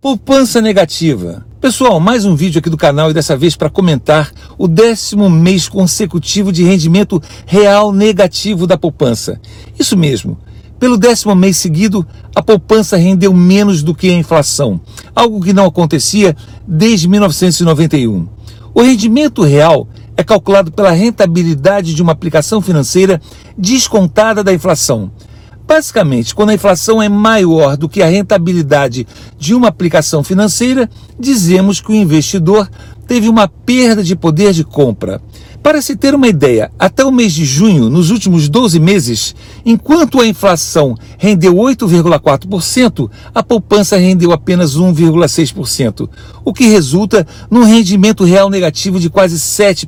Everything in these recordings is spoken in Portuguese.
Poupança negativa. Pessoal, mais um vídeo aqui do canal e dessa vez para comentar o 10º mês consecutivo de rendimento real negativo da poupança. Isso mesmo, pelo 10º mês seguido, a poupança rendeu menos do que a inflação, algo que não acontecia desde 1991. O rendimento real é calculado pela rentabilidade de uma aplicação financeira descontada da inflação. Basicamente, quando a inflação é maior do que a rentabilidade de uma aplicação financeira, dizemos que o investidor teve uma perda de poder de compra. Para se ter uma ideia, até o mês de junho, nos últimos 12 meses, enquanto a inflação rendeu 8,4%, a poupança rendeu apenas 1,6%, o que resulta num rendimento real negativo de quase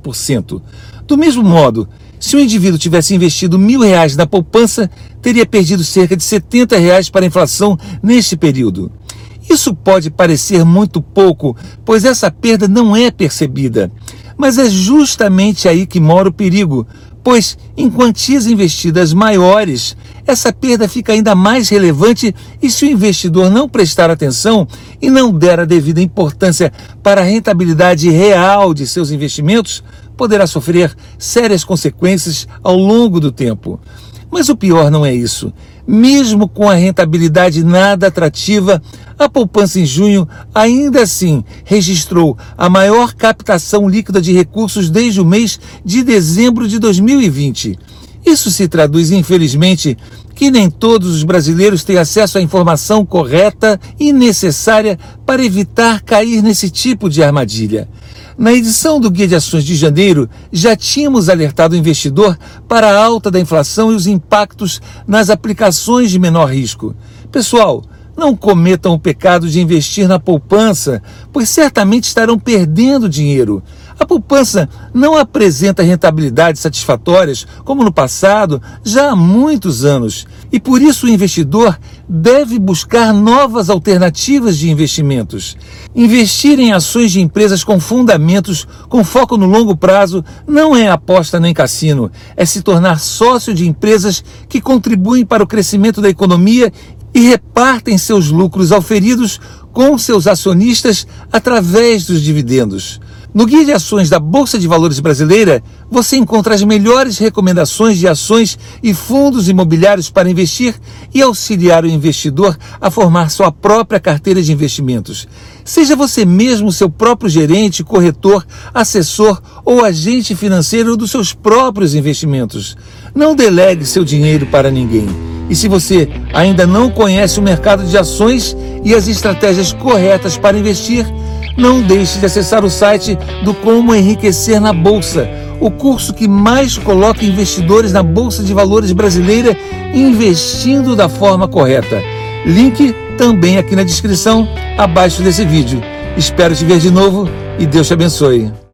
7%. Do mesmo modo, se o indivíduo tivesse investido R$1.000 na poupança, teria perdido cerca de R$70 para a inflação neste período. Isso pode parecer muito pouco, pois essa perda não é percebida. Mas é justamente aí que mora o perigo, pois em quantias investidas maiores, essa perda fica ainda mais relevante e se o investidor não prestar atenção e não der a devida importância para a rentabilidade real de seus investimentos, poderá sofrer sérias consequências ao longo do tempo. Mas o pior não é isso. Mesmo com a rentabilidade nada atrativa, a poupança em junho ainda assim registrou a maior captação líquida de recursos desde o mês de dezembro de 2020. Isso se traduz, infelizmente, que nem todos os brasileiros têm acesso à informação correta e necessária para evitar cair nesse tipo de armadilha. Na edição do Guia de Ações de janeiro, já tínhamos alertado o investidor para a alta da inflação e os impactos nas aplicações de menor risco. Pessoal, não cometam o pecado de investir na poupança, pois certamente estarão perdendo dinheiro. A poupança não apresenta rentabilidades satisfatórias, como no passado, já há muitos anos. E por isso o investidor deve buscar novas alternativas de investimentos. Investir em ações de empresas com fundamentos, com foco no longo prazo, não é aposta nem cassino. É se tornar sócio de empresas que contribuem para o crescimento da economia e repartem seus lucros auferidos com seus acionistas através dos dividendos. No Guia de Ações da Bolsa de Valores Brasileira, você encontra as melhores recomendações de ações e fundos imobiliários para investir e auxiliar o investidor a formar sua própria carteira de investimentos. Seja você mesmo seu próprio gerente, corretor, assessor ou agente financeiro dos seus próprios investimentos. Não delegue seu dinheiro para ninguém. E se você ainda não conhece o mercado de ações e as estratégias corretas para investir, não deixe de acessar o site do Como Enriquecer na Bolsa, o curso que mais coloca investidores na Bolsa de Valores brasileira investindo da forma correta. Link também aqui na descrição, abaixo desse vídeo. Espero te ver de novo e Deus te abençoe.